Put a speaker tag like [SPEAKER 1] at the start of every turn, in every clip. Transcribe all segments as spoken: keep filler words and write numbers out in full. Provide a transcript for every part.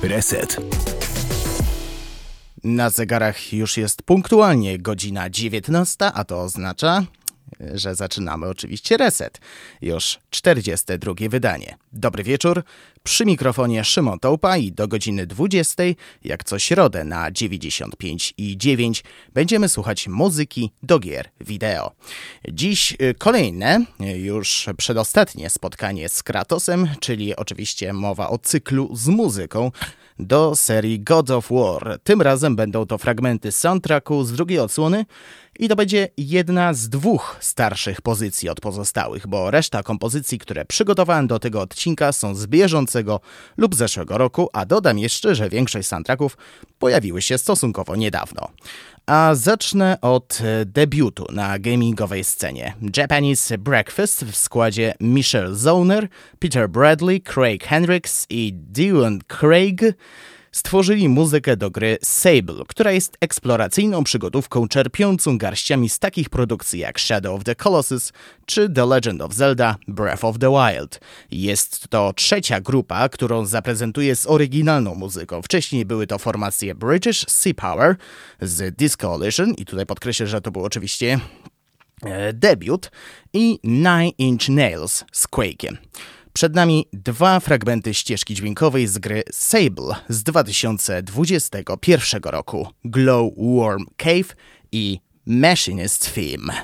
[SPEAKER 1] Reset.
[SPEAKER 2] Na zegarach już jest punktualnie godzina dziewiętnasta, a to oznacza, że zaczynamy oczywiście Reset. Już czterdzieste drugie wydanie. Dobry wieczór, przy mikrofonie Szymon Tołpa i do godziny dwudziestej, jak co środę na dziewięćdziesiąt pięć i dziewięć, będziemy słuchać muzyki do gier wideo. Dziś kolejne, już przedostatnie spotkanie z Kratosem, czyli oczywiście mowa o cyklu z muzyką do serii God of War. Tym razem będą to fragmenty soundtracku z drugiej odsłony i to będzie jedna z dwóch starszych pozycji od pozostałych, bo reszta kompozycji, które przygotowałem do tego odcinka, są z bieżącego lub zeszłego roku, a dodam jeszcze, że większość soundtracków pojawiły się stosunkowo niedawno. A zacznę od debiutu na gamingowej scenie. Japanese Breakfast w składzie Michelle Zauner, Peter Bradley, Craig Hendricks i Dewan Craig stworzyli muzykę do gry Sable, która jest eksploracyjną przygodówką czerpiącą garściami z takich produkcji jak Shadow of the Colossus czy The Legend of Zelda Breath of the Wild. Jest to trzecia grupa, którą zaprezentuję z oryginalną muzyką. Wcześniej były to formacje British Sea Power z Disco Coalition i tutaj podkreślę, że to był oczywiście e, debiut i Nine Inch Nails z Quake'iem. Przed nami dwa fragmenty ścieżki dźwiękowej z gry Sable z dwa tysiące dwudziestego pierwszego roku. Glow Worm Cave i Machinist Theme.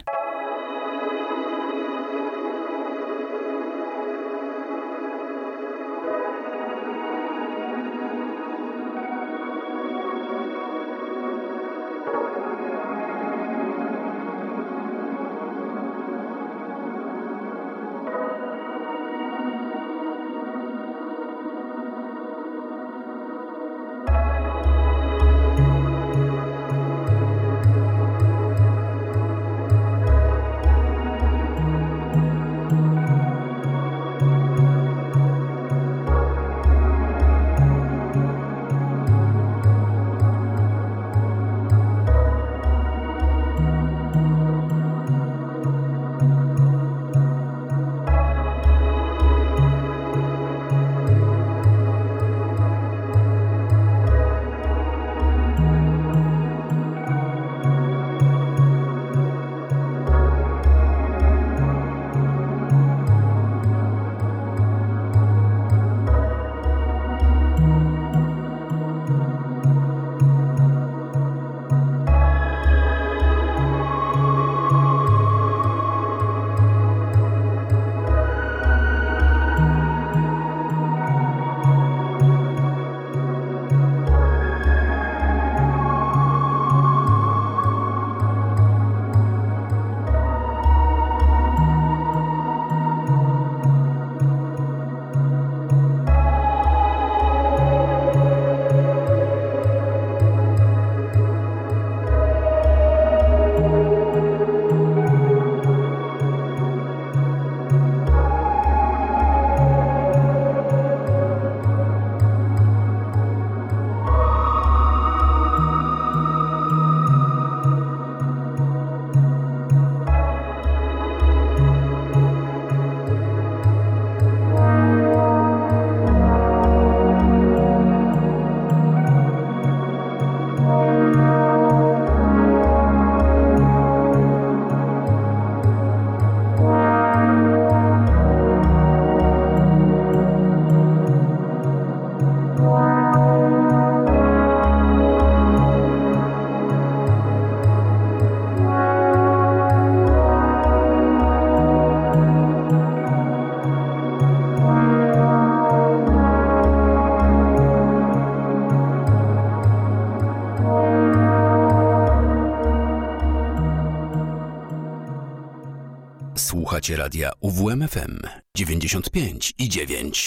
[SPEAKER 1] Słuchacie radia U W M F M dziewięćdziesiąt pięć i dziewięć.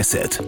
[SPEAKER 1] Reset.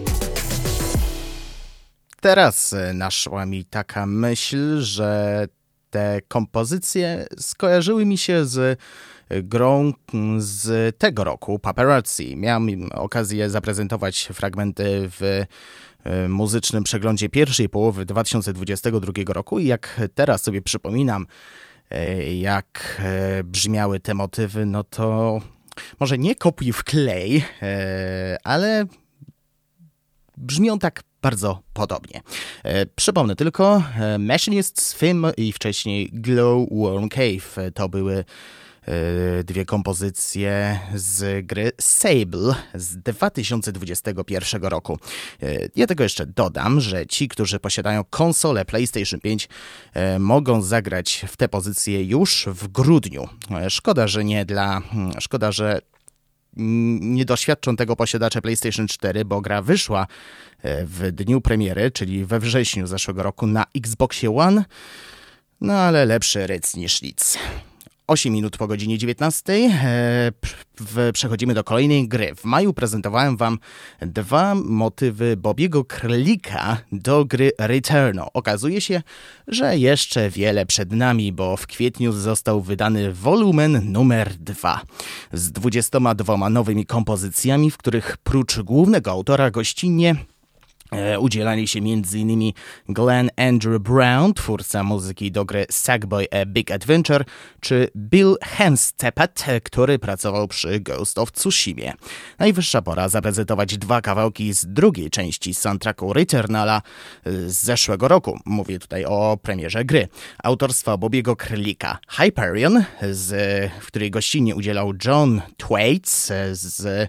[SPEAKER 2] Teraz naszła mi taka myśl, że te kompozycje skojarzyły mi się z grą z tego roku, Paparazzi. Miałem okazję zaprezentować fragmenty w muzycznym przeglądzie pierwszej połowy dwa tysiące dwudziestego drugiego roku i jak teraz sobie przypominam, jak brzmiały te motywy, no to może nie kopiuj w klej, ale brzmią tak bardzo podobnie. E, przypomnę tylko, e, Machinists Film i wcześniej Glow Worm Cave to były e, dwie kompozycje z gry Sable z dwa tysiące dwudziestego pierwszego roku. E, ja tego jeszcze dodam, że ci, którzy posiadają konsolę PlayStation pięć e, mogą zagrać w te pozycje już w grudniu. E, szkoda, że nie dla... Szkoda, że nie doświadczą tego posiadacze PlayStation cztery, bo gra wyszła w dniu premiery, czyli we wrześniu zeszłego roku na Xboxie One, no ale lepszy ryc niż nic. osiem minut po godzinie dziewiętnastej e, przechodzimy do kolejnej gry. W maju prezentowałem wam dwa motywy Bobiego Krlika do gry Returnal. Okazuje się, że jeszcze wiele przed nami, bo w kwietniu został wydany wolumen numer dwa z dwudziestoma dwoma nowymi kompozycjami, w których prócz głównego autora gościnnie udzielali się m.in. Glenn Andrew Brown, twórca muzyki do gry Sackboy A Big Adventure, czy Bill Hemstepat, który pracował przy Ghost of Tsushima. Najwyższa pora zaprezentować dwa kawałki z drugiej części soundtracku Returnala z zeszłego roku. Mówię tutaj o premierze gry. Autorstwa Bobiego Krlika. Hyperion, z, w której gościnnie udzielał John Thwaites z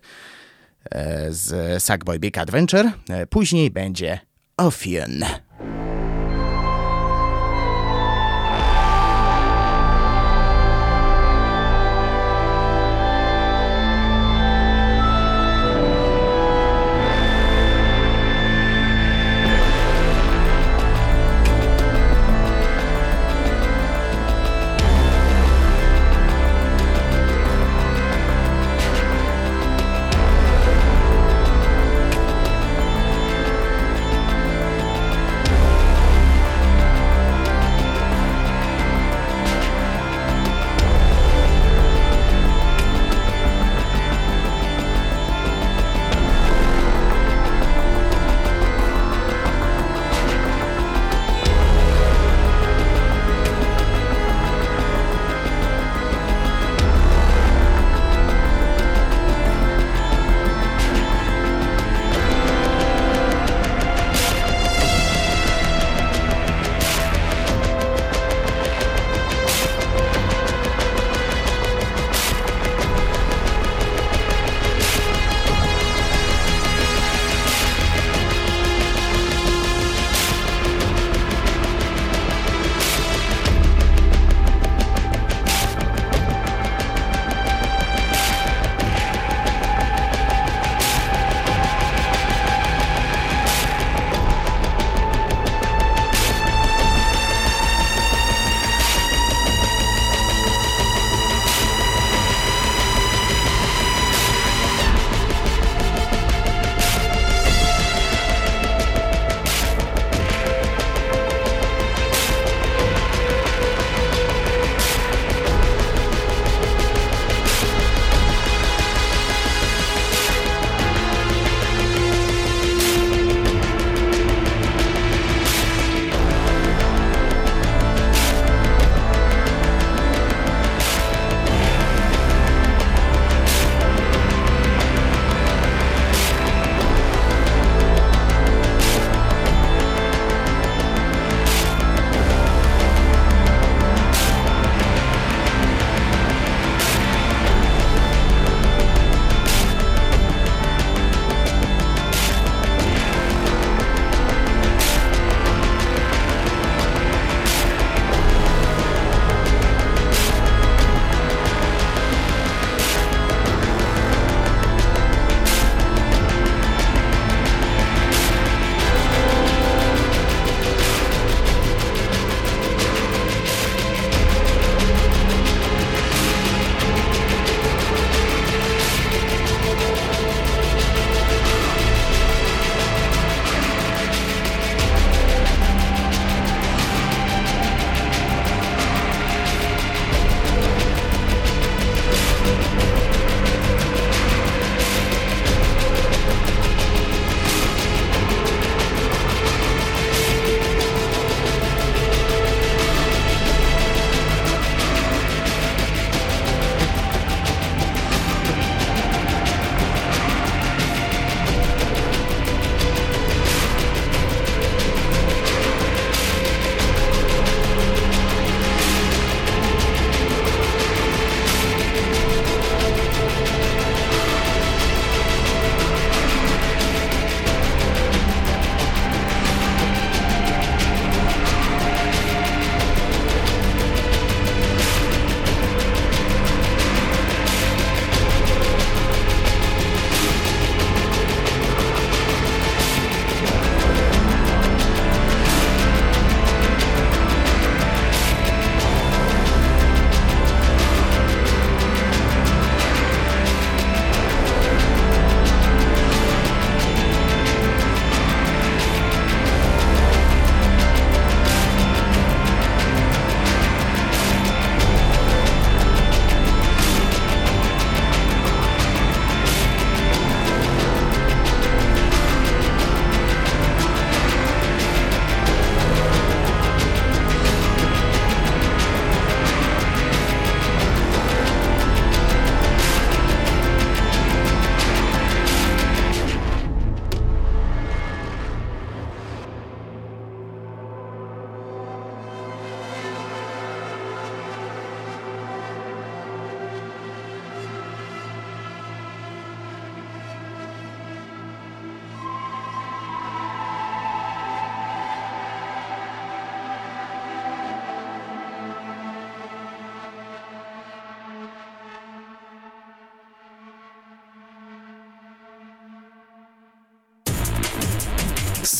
[SPEAKER 2] z Sackboy Big Adventure. Później będzie Ophion.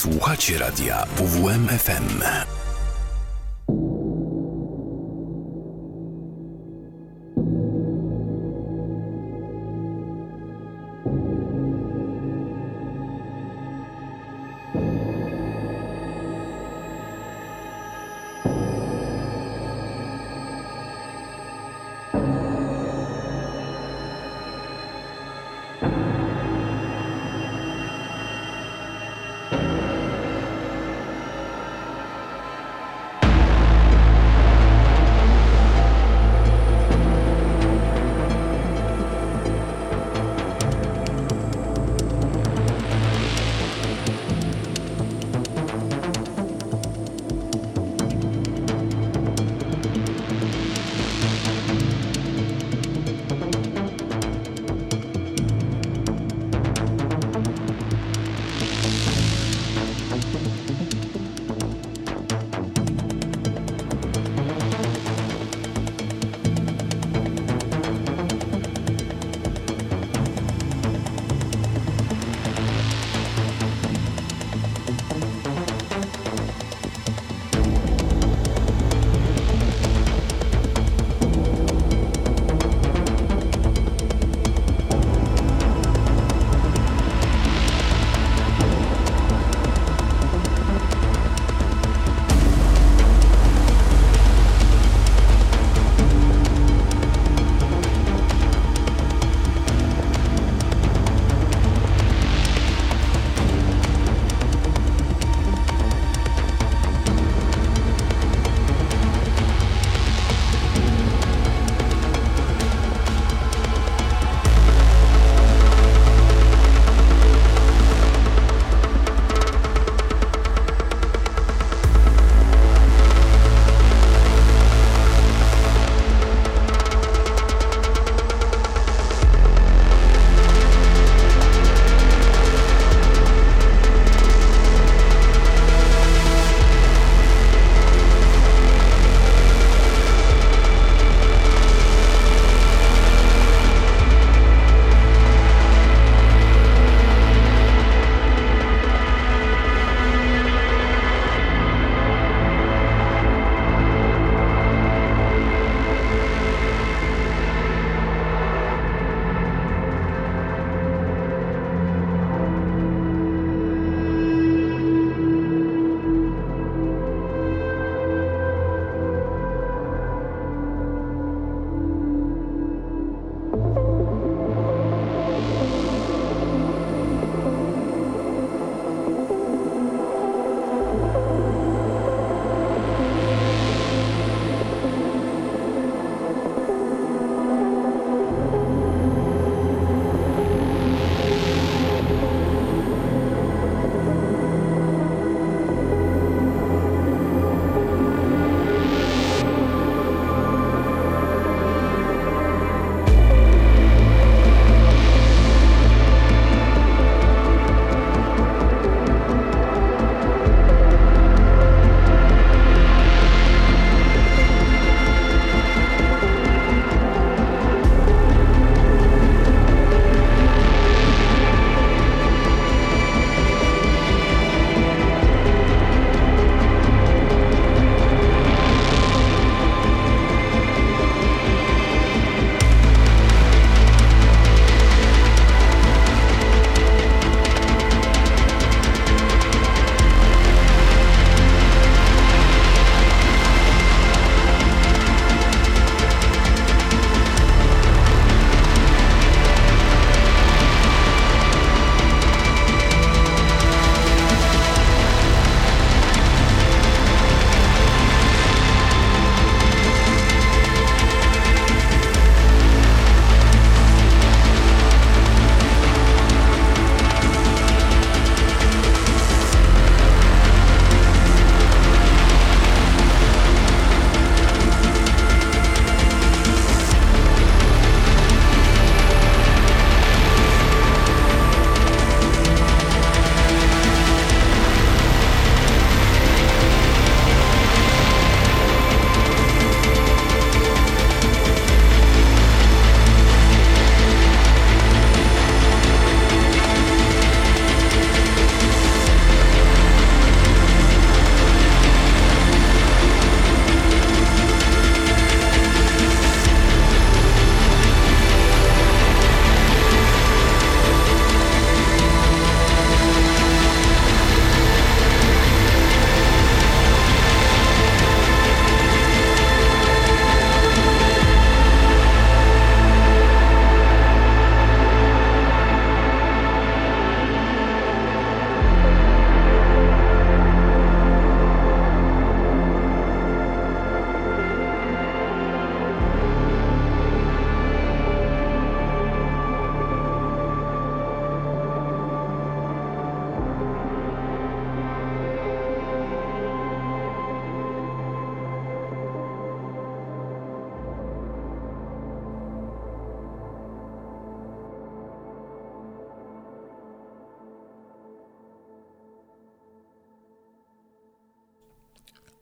[SPEAKER 1] Słuchacie radia U W M F M.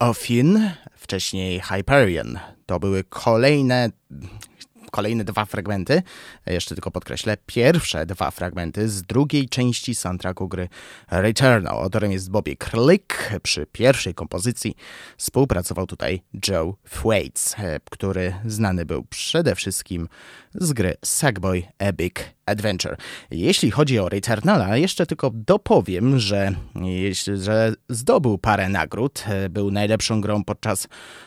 [SPEAKER 2] Ofin, wcześniej Hyperion. To były kolejne... Kolejne dwa fragmenty, jeszcze tylko podkreślę, pierwsze dwa fragmenty z drugiej części soundtracku gry Returnal. Autorem jest Bobby Krlik. Przy pierwszej kompozycji współpracował tutaj Joe Thwaites, który znany był przede wszystkim z gry Sackboy Epic Adventure. Jeśli chodzi o Returnala, jeszcze tylko dopowiem, że, że zdobył parę nagród. Był najlepszą grą podczas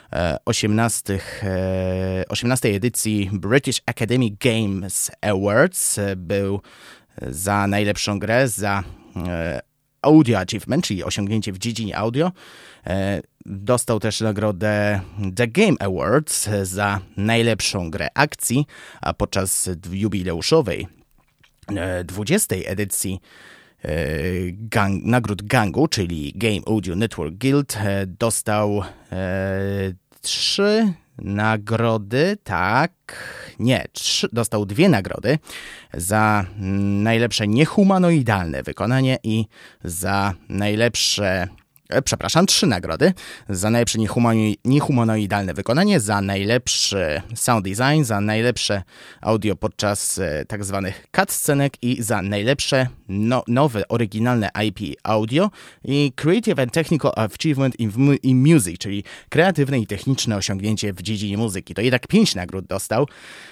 [SPEAKER 2] osiemnastej edycji British Academy Games Awards. Był za najlepszą grę, za Audio Achievement, czyli osiągnięcie w dziedzinie audio. Dostał też nagrodę The Game Awards za najlepszą grę akcji, a podczas jubileuszowej dwudziestej edycji gang, nagród Gangu, czyli Game Audio Network Guild, dostał trzy nagrody, tak, nie, trzy, dostał dwie nagrody za najlepsze niehumanoidalne wykonanie i za najlepsze, przepraszam, trzy nagrody za najlepsze niehumanoidalne wykonanie, za najlepszy sound design, za najlepsze audio podczas tak zwanych cutscenek i za najlepsze no, nowe, oryginalne I P audio i Creative and Technical Achievement in, mu- in Music, czyli kreatywne i techniczne osiągnięcie w dziedzinie muzyki. To jednak pięć nagród dostał.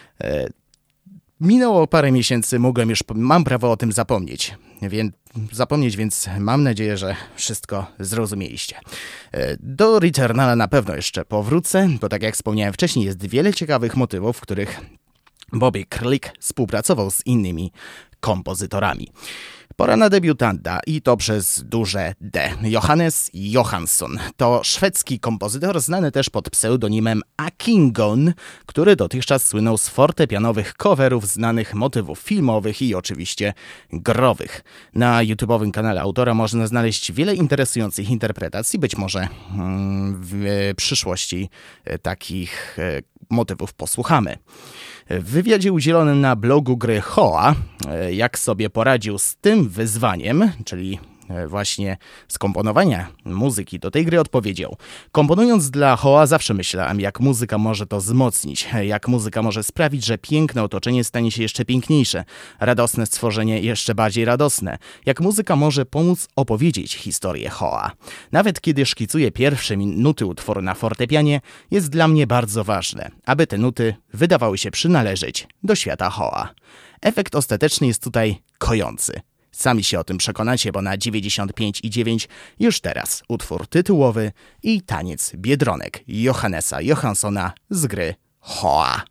[SPEAKER 2] Minęło parę miesięcy, mogłem już, mam prawo o tym zapomnieć, więc zapomnieć, więc mam nadzieję, że wszystko zrozumieliście. Do Returnala na pewno jeszcze powrócę, bo tak jak wspomniałem wcześniej, jest wiele ciekawych motywów, w których Bobby Krlik współpracował z innymi kompozytorami. Pora na debiutanta i to przez duże D. Johannes Johansson to szwedzki kompozytor znany też pod pseudonimem Akingon, który dotychczas słynął z fortepianowych coverów znanych motywów filmowych i oczywiście growych. Na YouTube'owym kanale autora można znaleźć wiele interesujących interpretacji, być może w przyszłości takich motywów posłuchamy. W wywiadzie udzielonym na blogu gry Hoa, jak sobie poradził z tym wyzwaniem, czyli właśnie skomponowania muzyki do tej gry, odpowiedział: komponując dla Hoa zawsze myślałem, jak muzyka może to wzmocnić, jak muzyka może sprawić, że piękne otoczenie stanie się jeszcze piękniejsze, radosne stworzenie jeszcze bardziej radosne, jak muzyka może pomóc opowiedzieć historię Hoa. Nawet kiedy szkicuję pierwsze nuty utworu na fortepianie, jest dla mnie bardzo ważne, aby te nuty wydawały się przynależeć do świata Hoa. Efekt ostateczny jest tutaj kojący. Sami się o tym przekonacie, bo na dziewięćdziesiąt pięć i dziewięć już teraz utwór tytułowy i taniec Biedronek Johannesa Johanssona z gry Hoa.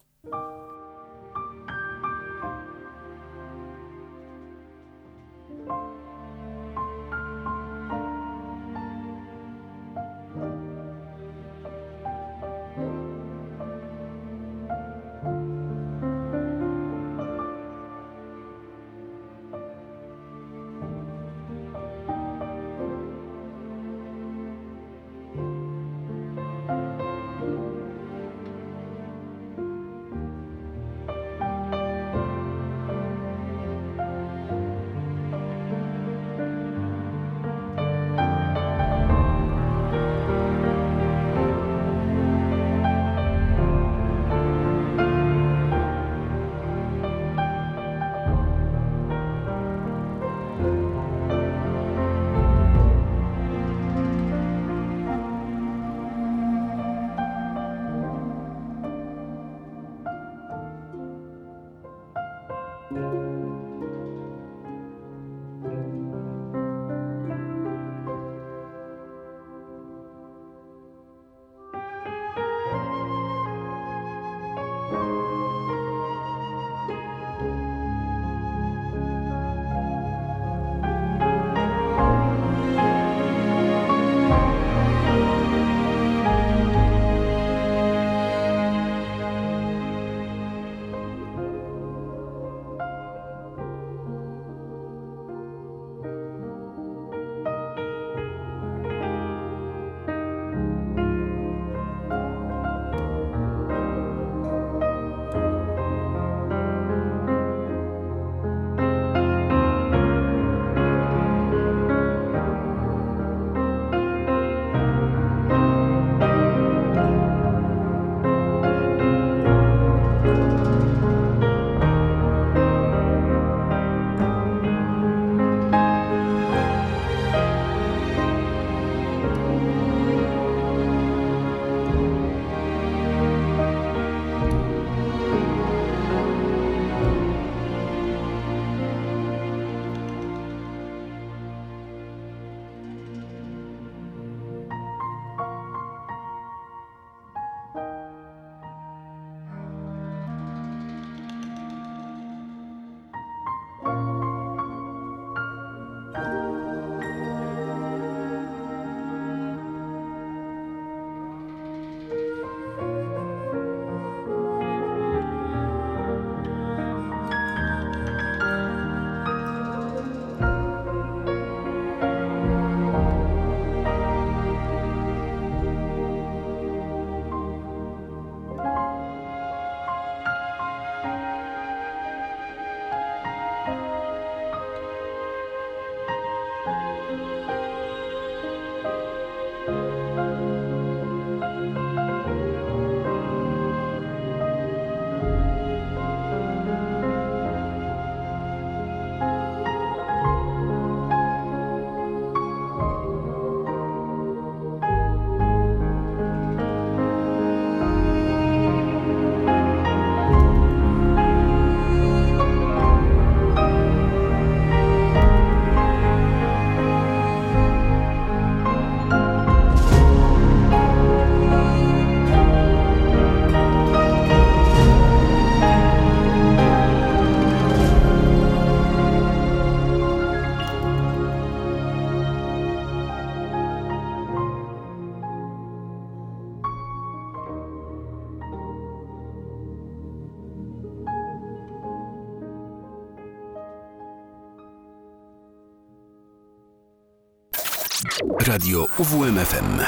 [SPEAKER 1] Radio U W M F M.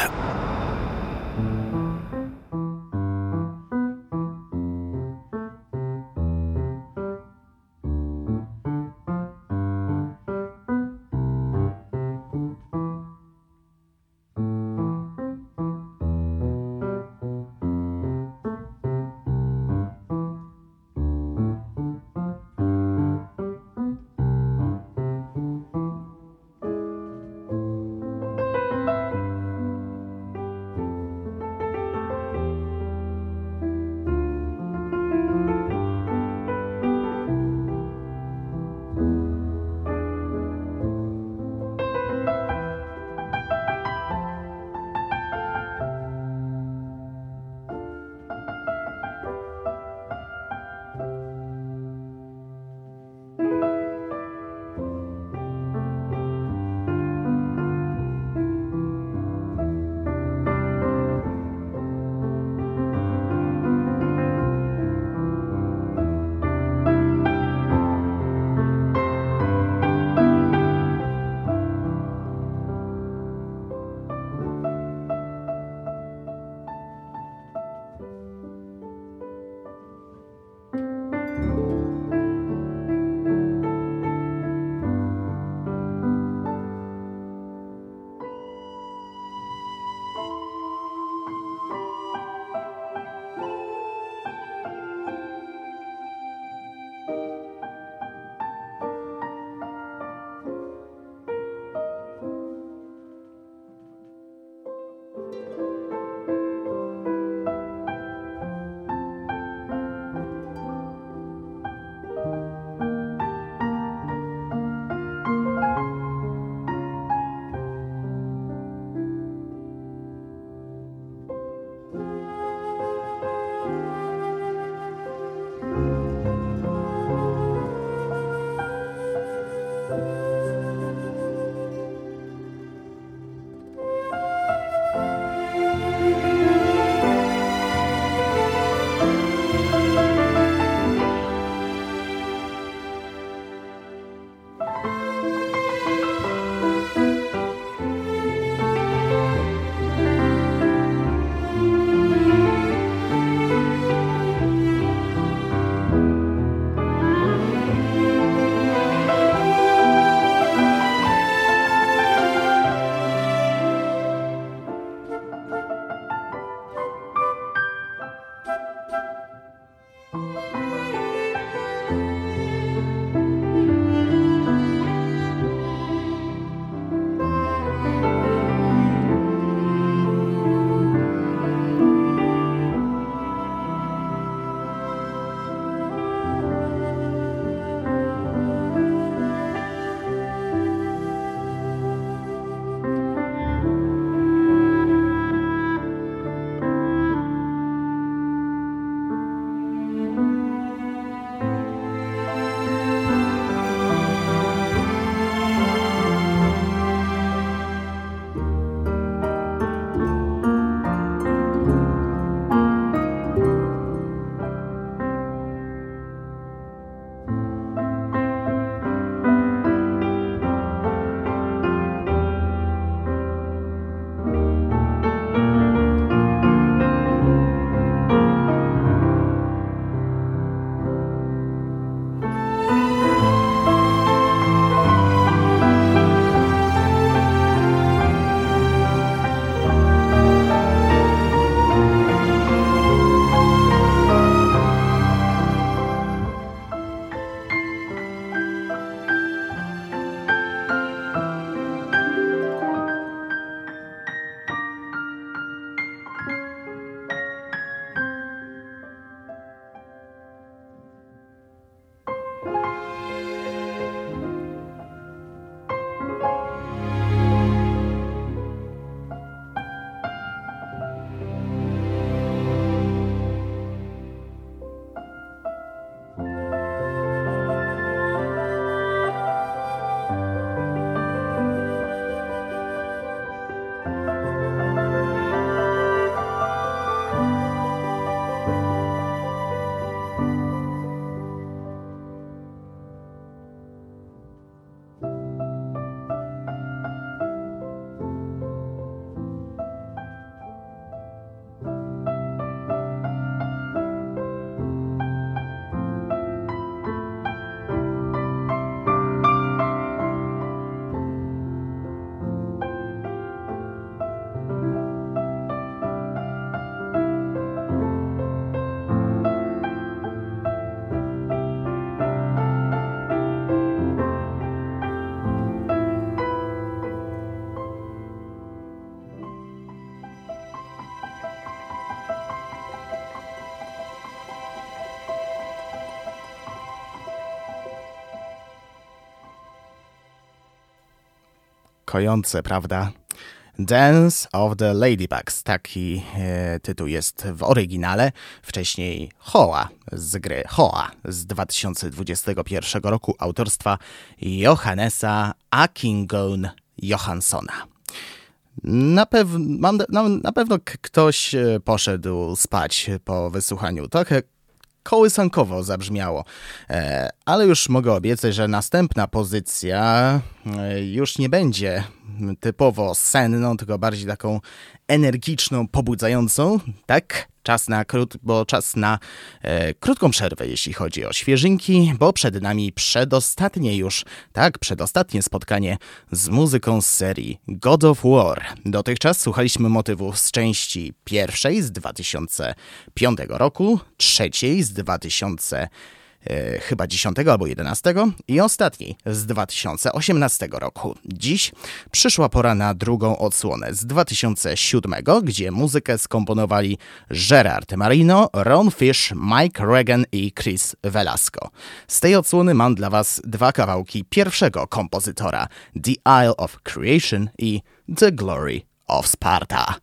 [SPEAKER 2] kojące, prawda? Dance of the Ladybugs, taki e, tytuł jest w oryginale. Wcześniej Hoa z gry Hoa z dwa tysiące dwudziestego pierwszego roku autorstwa Johannesa Akingon Johanssona. Na, pew- mam, na, na pewno k- ktoś poszedł spać po wysłuchaniu. Trochę kołysankowo zabrzmiało, e, ale już mogę obiecać, że następna pozycja e, już nie będzie typowo senną, tylko bardziej taką energiczną, pobudzającą, tak? Czas na krót, bo czas na e, krótką przerwę, jeśli chodzi o świeżynki, bo przed nami przedostatnie już, tak, przedostatnie spotkanie z muzyką z serii God of War. Dotychczas słuchaliśmy motywów z części pierwszej z dwa tysiące piątego roku, trzeciej z dwa tysiące E, chyba dziesiątego albo jedenastego i ostatniej z dwa tysiące osiemnastego roku. Dziś przyszła pora na drugą odsłonę z dwa tysiące siódmego, gdzie muzykę skomponowali Gerard Marino, Ron Fish, Mike Regan i Chris Velasco. Z tej odsłony mam dla Was dwa kawałki pierwszego kompozytora, The Isle of Creation i The Glory of Sparta.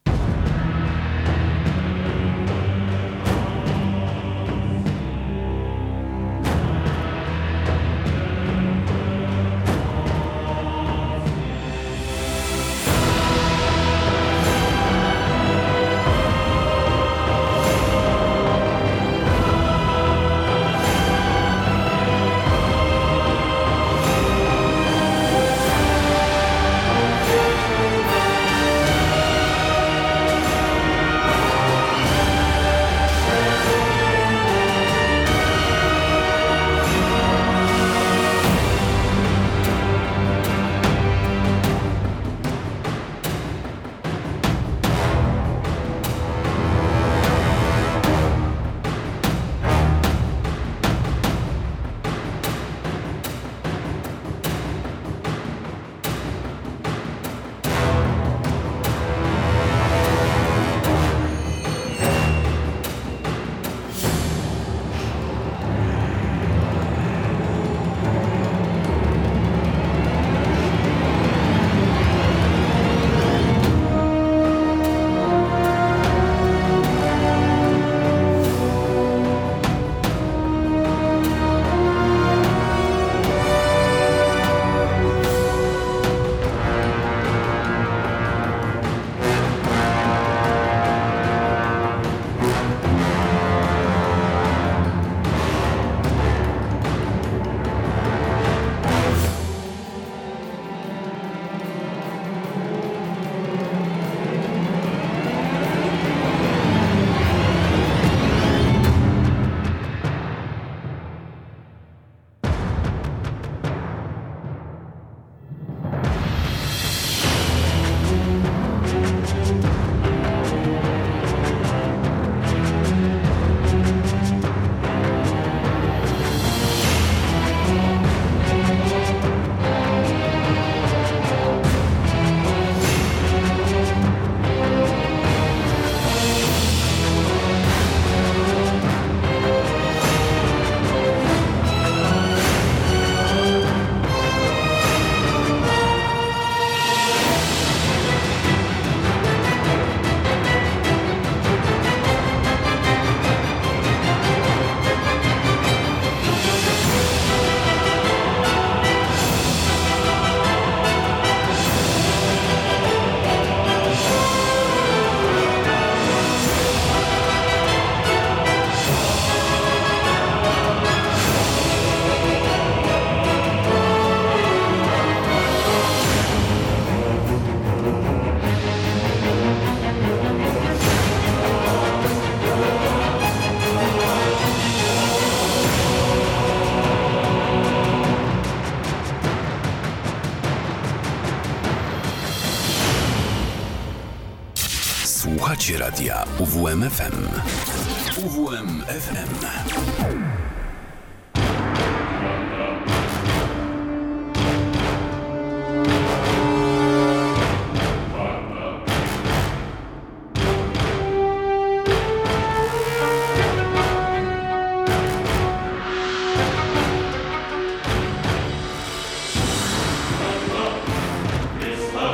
[SPEAKER 1] Słuchacie radia U W M F M. U W M F M.
[SPEAKER 3] It's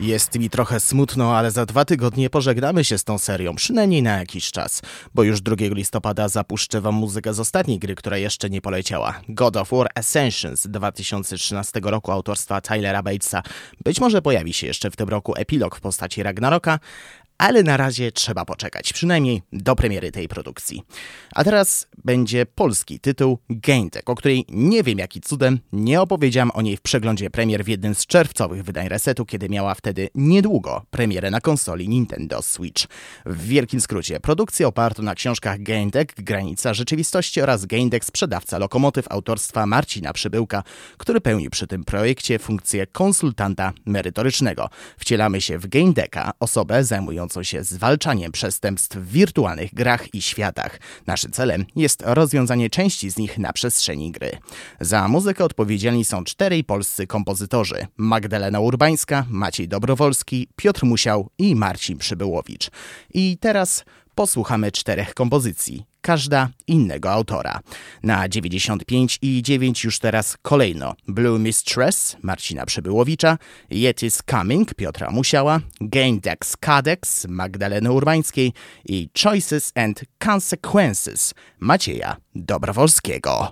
[SPEAKER 2] Jest mi trochę smutno, ale za dwa tygodnie pożegnamy się z tą serią, przynajmniej na jakiś czas, bo już drugiego listopada zapuszczę wam muzykę z ostatniej gry, która jeszcze nie poleciała. God of War Ascensions dwa tysiące trzynastego roku autorstwa Tylera Batesa. Być może pojawi się jeszcze w tym roku epilog w postaci Ragnaroka, ale na razie trzeba poczekać, przynajmniej do premiery tej produkcji. A teraz będzie polski tytuł Gaintech, o której nie wiem jaki cudem nie opowiedziałam o niej w przeglądzie premier w jednym z czerwcowych wydań Resetu, kiedy miała wtedy niedługo premierę na konsoli Nintendo Switch. W wielkim skrócie, produkcja oparta na książkach Gaintech, Granica Rzeczywistości oraz Gaintech, sprzedawca lokomotyw autorstwa Marcina Przybyłka, który pełni przy tym projekcie funkcję konsultanta merytorycznego. Wcielamy się w Gaintecha, osobę zajmującą się zwalczaniem przestępstw w wirtualnych grach i światach. Naszym celem jest rozwiązanie części z nich na przestrzeni gry. Za muzykę odpowiedzialni są czterej polscy kompozytorzy: Magdalena Urbańska, Maciej Dobrowolski, Piotr Musiał i Marcin Przybyłowicz. I teraz posłuchamy czterech kompozycji, każda innego autora. Na dziewięćdziesiąt pięć i dziewięć już teraz kolejno Blue Mistress Marcina Przybyłowicza, Yet Is Coming Piotra Musiała, Gaindex Cadex Magdaleny Urbańskiej i Choices and Consequences Macieja Dobrowolskiego.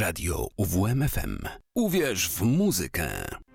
[SPEAKER 1] Radio U W M F M. Uwierz w muzykę.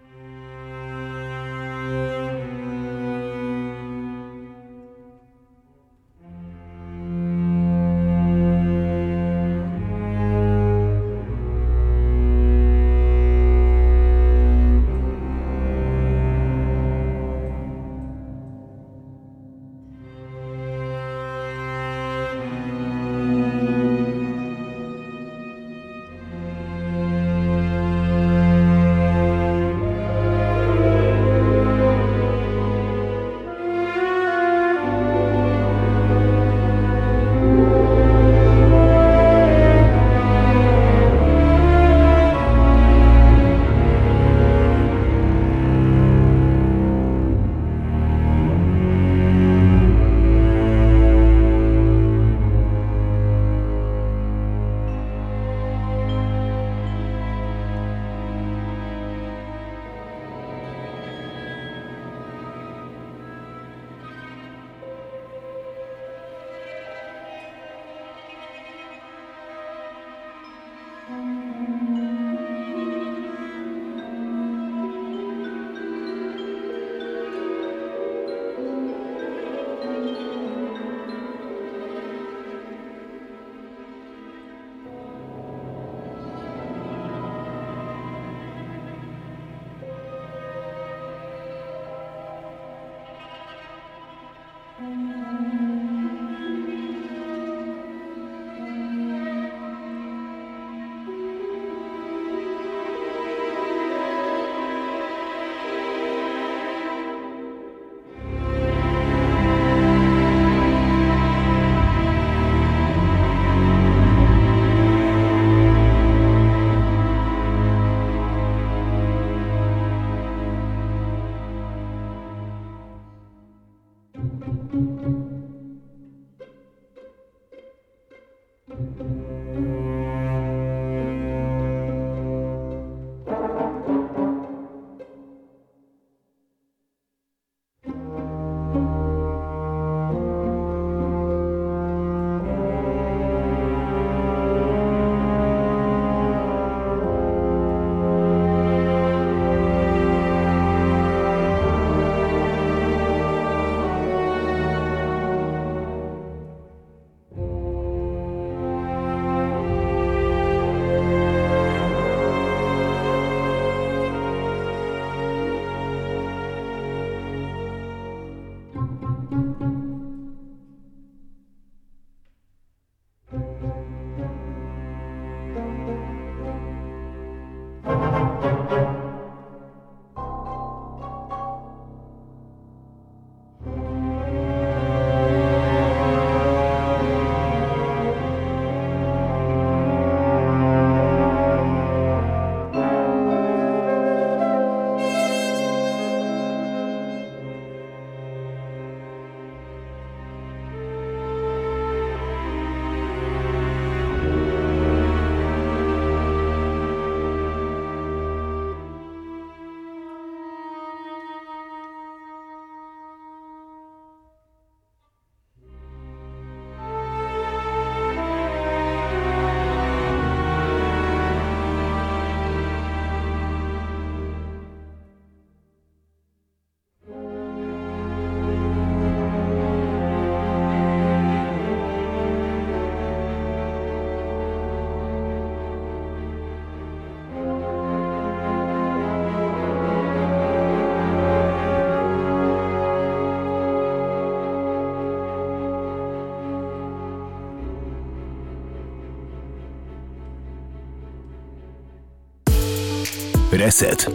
[SPEAKER 1] Reset.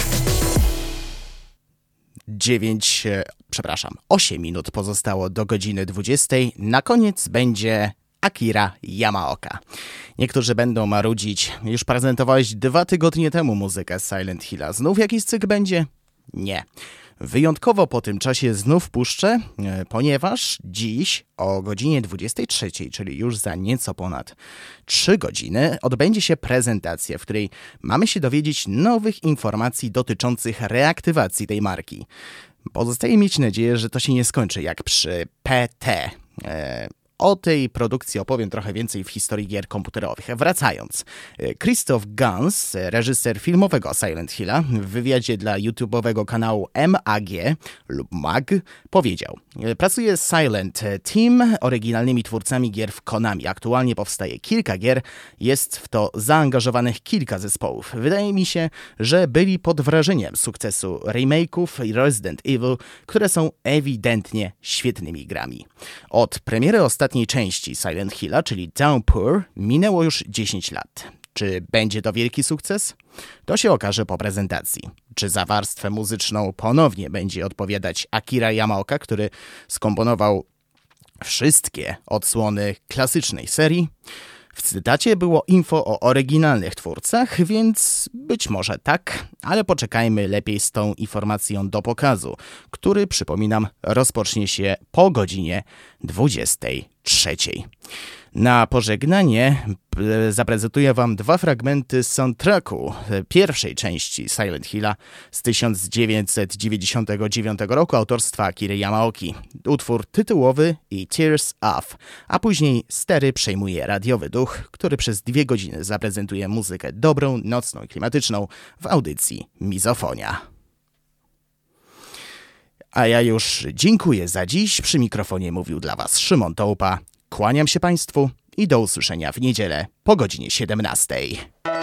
[SPEAKER 2] dziewięć, przepraszam, osiem minut pozostało do godziny dwudziestej. Na koniec będzie Akira Yamaoka. Niektórzy będą marudzić, już prezentowałeś dwa tygodnie temu muzykę z Silent Hilla. Znów jakiś cykl będzie? Nie. Wyjątkowo po tym czasie znów puszczę, ponieważ dziś o godzinie dwudziestej trzeciej, czyli już za nieco ponad trzy godziny, odbędzie się prezentacja, w której mamy się dowiedzieć nowych informacji dotyczących reaktywacji tej marki. Pozostaje mieć nadzieję, że to się nie skończy jak przy P T. o tej produkcji opowiem trochę więcej w historii gier komputerowych. Wracając, Christoph Gans, reżyser filmowego Silent Hilla, w wywiadzie dla YouTube'owego kanału M A G lub Mag powiedział: pracuje z Silent Team, oryginalnymi twórcami gier w Konami. Aktualnie powstaje kilka gier, jest w to zaangażowanych kilka zespołów. Wydaje mi się, że byli pod wrażeniem sukcesu remake'ów Resident Evil, które są ewidentnie świetnymi grami. Od premiery ostatniej części Silent Hilla, czyli Downpour, minęło już dziesięć lat. Czy będzie to wielki sukces? To się okaże po prezentacji. Czy za warstwę muzyczną ponownie będzie odpowiadać Akira Yamaoka, który skomponował wszystkie odsłony klasycznej serii? W cytacie było info o oryginalnych twórcach, więc być może tak, ale poczekajmy lepiej z tą informacją do pokazu, który, przypominam, rozpocznie się po godzinie dwudziestej trzeciej. Na pożegnanie zaprezentuję wam dwa fragmenty z soundtracku pierwszej części Silent Hilla z tysiąc dziewięćset dziewięćdziesiątego dziewiątego roku autorstwa Akiry Yamaoki. Utwór tytułowy i Tears Off, a później stery przejmuje radiowy duch, który przez dwie godziny zaprezentuje muzykę dobrą, nocną i klimatyczną w audycji Mizofonia. A ja już dziękuję za dziś. Przy mikrofonie mówił dla was Szymon Tołpa. Kłaniam się Państwu i do usłyszenia w niedzielę po godzinie siedemnastej.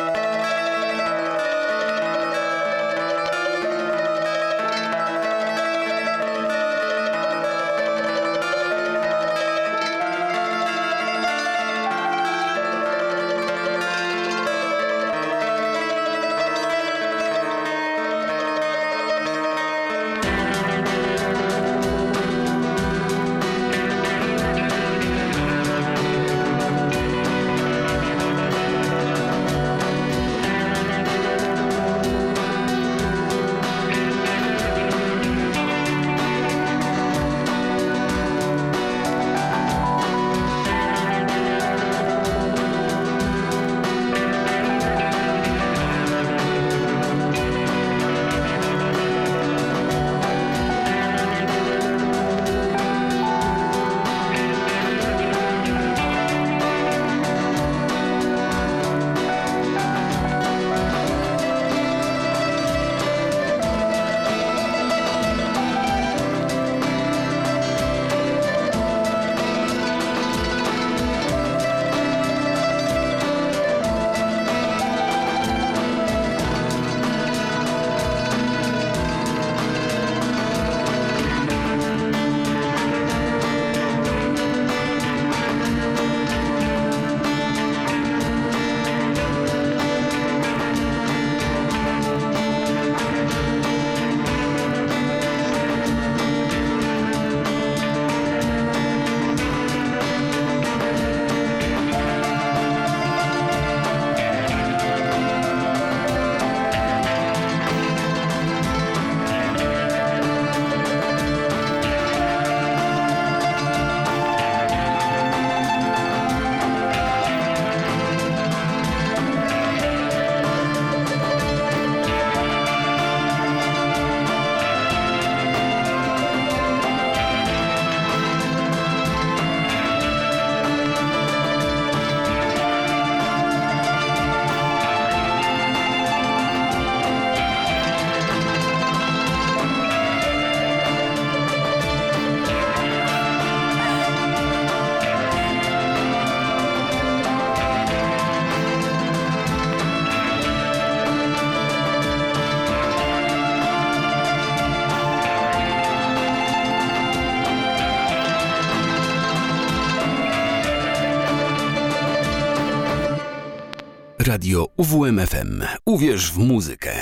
[SPEAKER 1] Radio U W M F M. Uwierz w muzykę.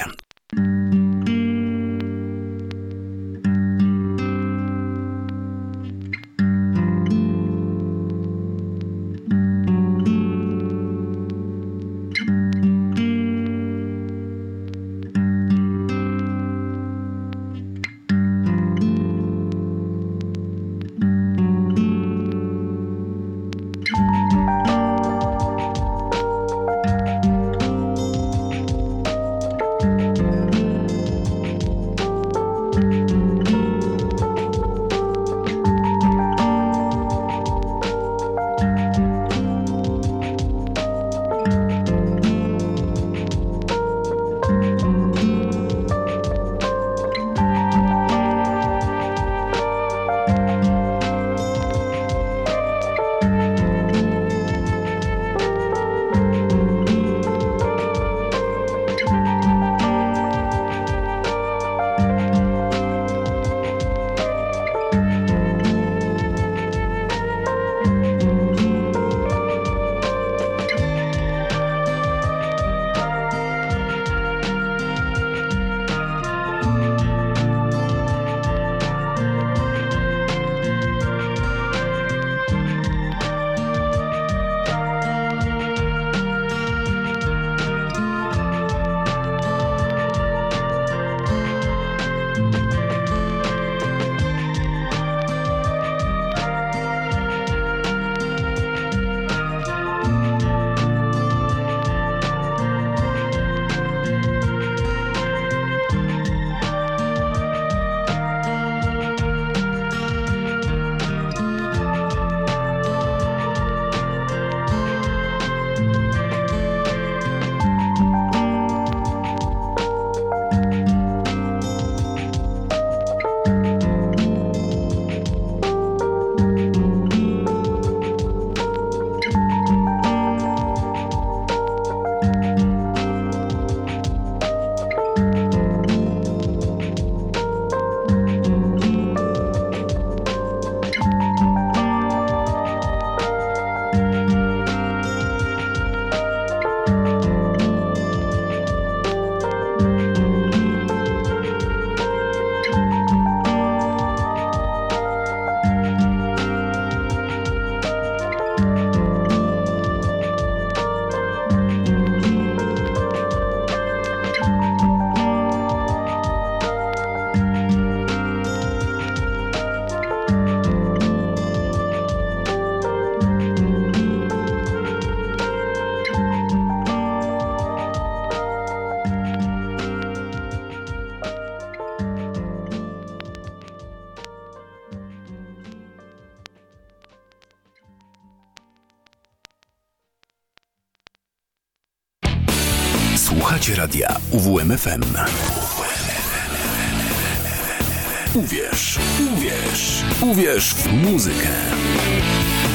[SPEAKER 1] Słuchacie radia U W M F M. Uwierz, uwierz, uwierz w muzykę.